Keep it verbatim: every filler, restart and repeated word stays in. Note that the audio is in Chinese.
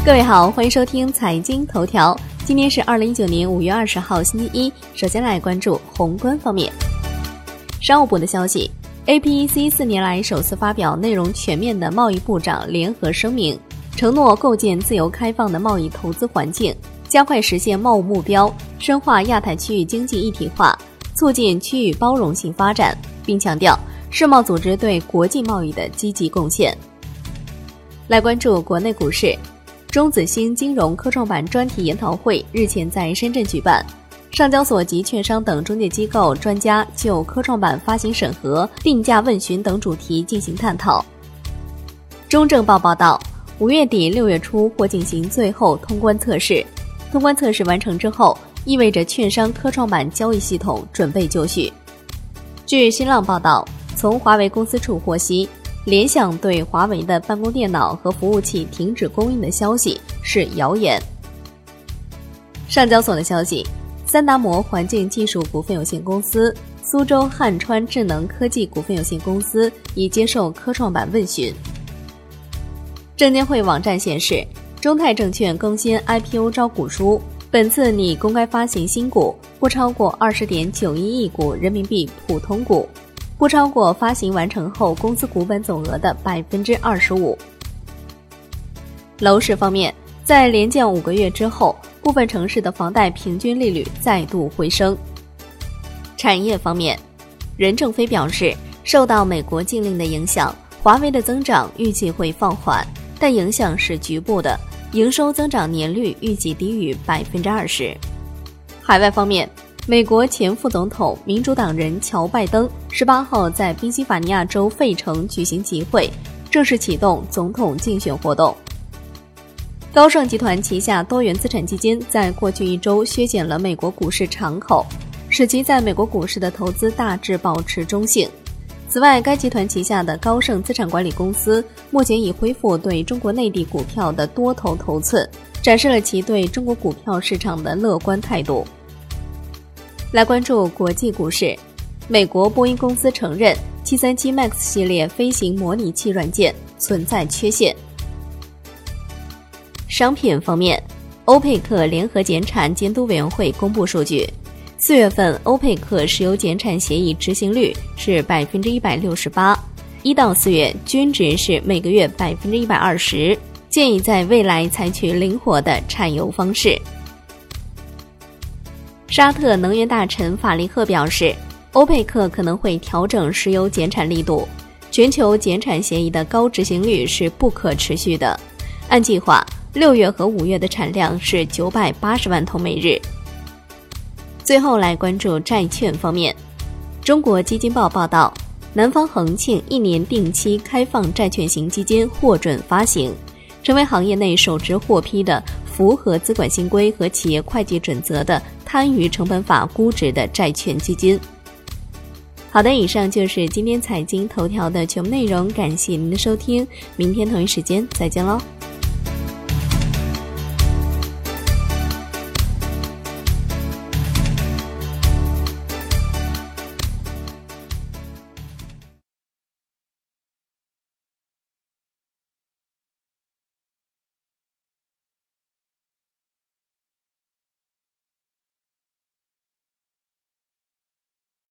各位好，欢迎收听财经头条。今天是二零一九年五月二十号星期一。首先来关注宏观方面。商务部的消息 ，A P E C 四年来首次发表内容全面的贸易部长联合声明，承诺构建自由开放的贸易投资环境，加快实现贸务目标，深化亚太区域经济一体化，促进区域包容性发展，并强调世贸组织对国际贸易的积极贡献。来关注国内股市。中子星金融科创板专题研讨会日前在深圳举办，上交所及券商等中介机构专家就科创板发行审核、定价问询等主题进行探讨。中证报报道，五月底六月初或进行最后通关测试，通关测试完成之后，意味着券商科创板交易系统准备就绪。据新浪报道，从华为公司处获悉，联想对华为的办公电脑和服务器停止供应的消息是谣言。上交所的消息，三达摩环境技术股份有限公司、苏州汉川智能科技股份有限公司已接受科创板问询。证监会网站显示，中泰证券更新 I P O 招股书，本次拟公开发行新股不超过 二十点九一亿股人民币普通股，不超过发行完成后公司股本总额的 百分之二十五。 楼市方面，在连降五个月之后，部分城市的房贷平均利率再度回升。产业方面，任正非表示，受到美国禁令的影响，华为的增长预计会放缓，但影响是局部的，营收增长年率预计低于 百分之二十。 海外方面，美国前副总统民主党人乔拜登十八号在宾夕法尼亚州费城举行集会，正式启动总统竞选活动。高盛集团旗下多元资产基金在过去一周削减了美国股市敞口，使其在美国股市的投资大致保持中性。此外，该集团旗下的高盛资产管理公司目前已恢复对中国内地股票的多头头寸，展示了其对中国股票市场的乐观态度。来关注国际股市，美国波音公司承认七三七 MAX 系列飞行模拟器软件存在缺陷。商品方面，欧佩克联合减产监督委员会公布数据，四月份欧佩克石油减产协议执行率是 百分之一百六十八， 一到四月均值是每个月 百分之一百二十， 建议在未来采取灵活的产油方式。沙特能源大臣法利赫表示，欧佩克可能会调整石油减产力度，全球减产协议的高执行率是不可持续的。按计划，六月和五月的产量是九百八十万桶每日。最后来关注债券方面，中国基金报报道，南方恒庆一年定期开放债券型基金获准发行，成为行业内首支获批的符合资管新规和企业会计准则的摊余成本法估值的债券基金。好的，以上就是今天财经头条的全部内容，感谢您的收听，明天同一时间再见喽。